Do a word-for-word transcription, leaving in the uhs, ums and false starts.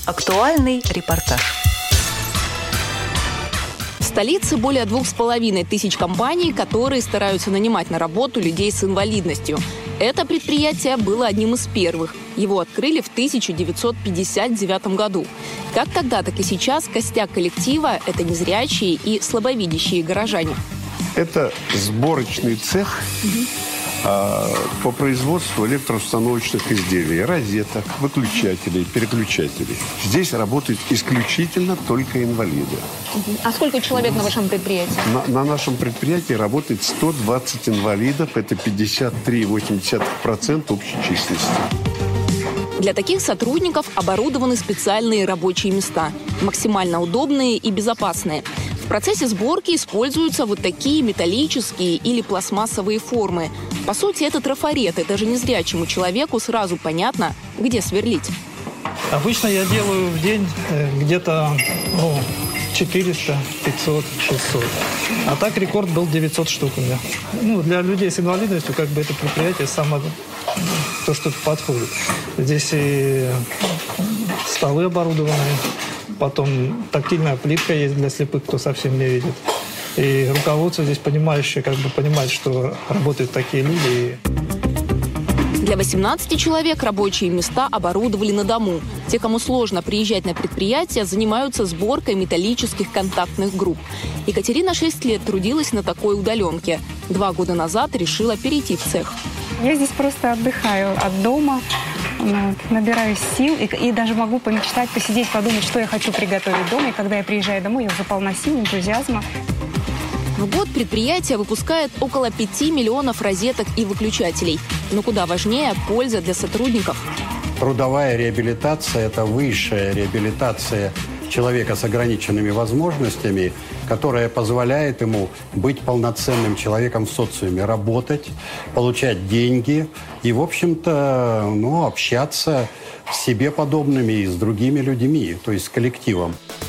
Актуальный репортаж. В столице более двух с половиной тысяч компаний, которые стараются нанимать на работу людей с инвалидностью. Это предприятие было одним из первых. Его открыли в тысяча девятьсот пятьдесят девятом году. Как тогда, так и сейчас костяк коллектива – это незрячие и слабовидящие горожане. Это сборочный цех а, по производству электроустановочных изделий, розеток, выключателей, переключателей. Здесь работают исключительно только инвалиды. А сколько человек на вашем предприятии? На, на нашем предприятии работает сто двадцать инвалидов. Это пятьдесят три целых восемь десятых процента общей численности. Для таких сотрудников оборудованы специальные рабочие места. Максимально удобные и безопасные. В процессе сборки используются вот такие металлические или пластмассовые формы. По сути, это трафареты. Даже незрячему человеку сразу понятно, где сверлить. Обычно я делаю в день где-то ну, четыреста, пятьсот, шестьсот. А так рекорд был девятьсот штук у меня. Ну, для людей с инвалидностью как бы это предприятие самое то, что подходит. Здесь и столы оборудованные, потом тактильная плитка есть для слепых, кто совсем не видит. И руководство здесь понимающее, как бы понимает, что работают такие люди. Для восемнадцати человек рабочие места оборудовали на дому. Те, кому сложно приезжать на предприятие, занимаются сборкой металлических контактных групп. Екатерина шесть лет трудилась на такой удаленке. Два года назад решила перейти в цех. Я здесь просто отдыхаю от дома, ну, набираюсь сил и, и даже могу помечтать, посидеть, подумать, что я хочу приготовить дома. И когда я приезжаю домой, я уже полна сил, энтузиазма. В год предприятие выпускает около пяти миллионов розеток и выключателей. Но куда важнее – польза для сотрудников. Трудовая реабилитация – это высшая реабилитация человека с ограниченными возможностями, которая позволяет ему быть полноценным человеком в социуме, работать, получать деньги и, в общем-то, ну, общаться с себе подобными и с другими людьми, то есть с коллективом.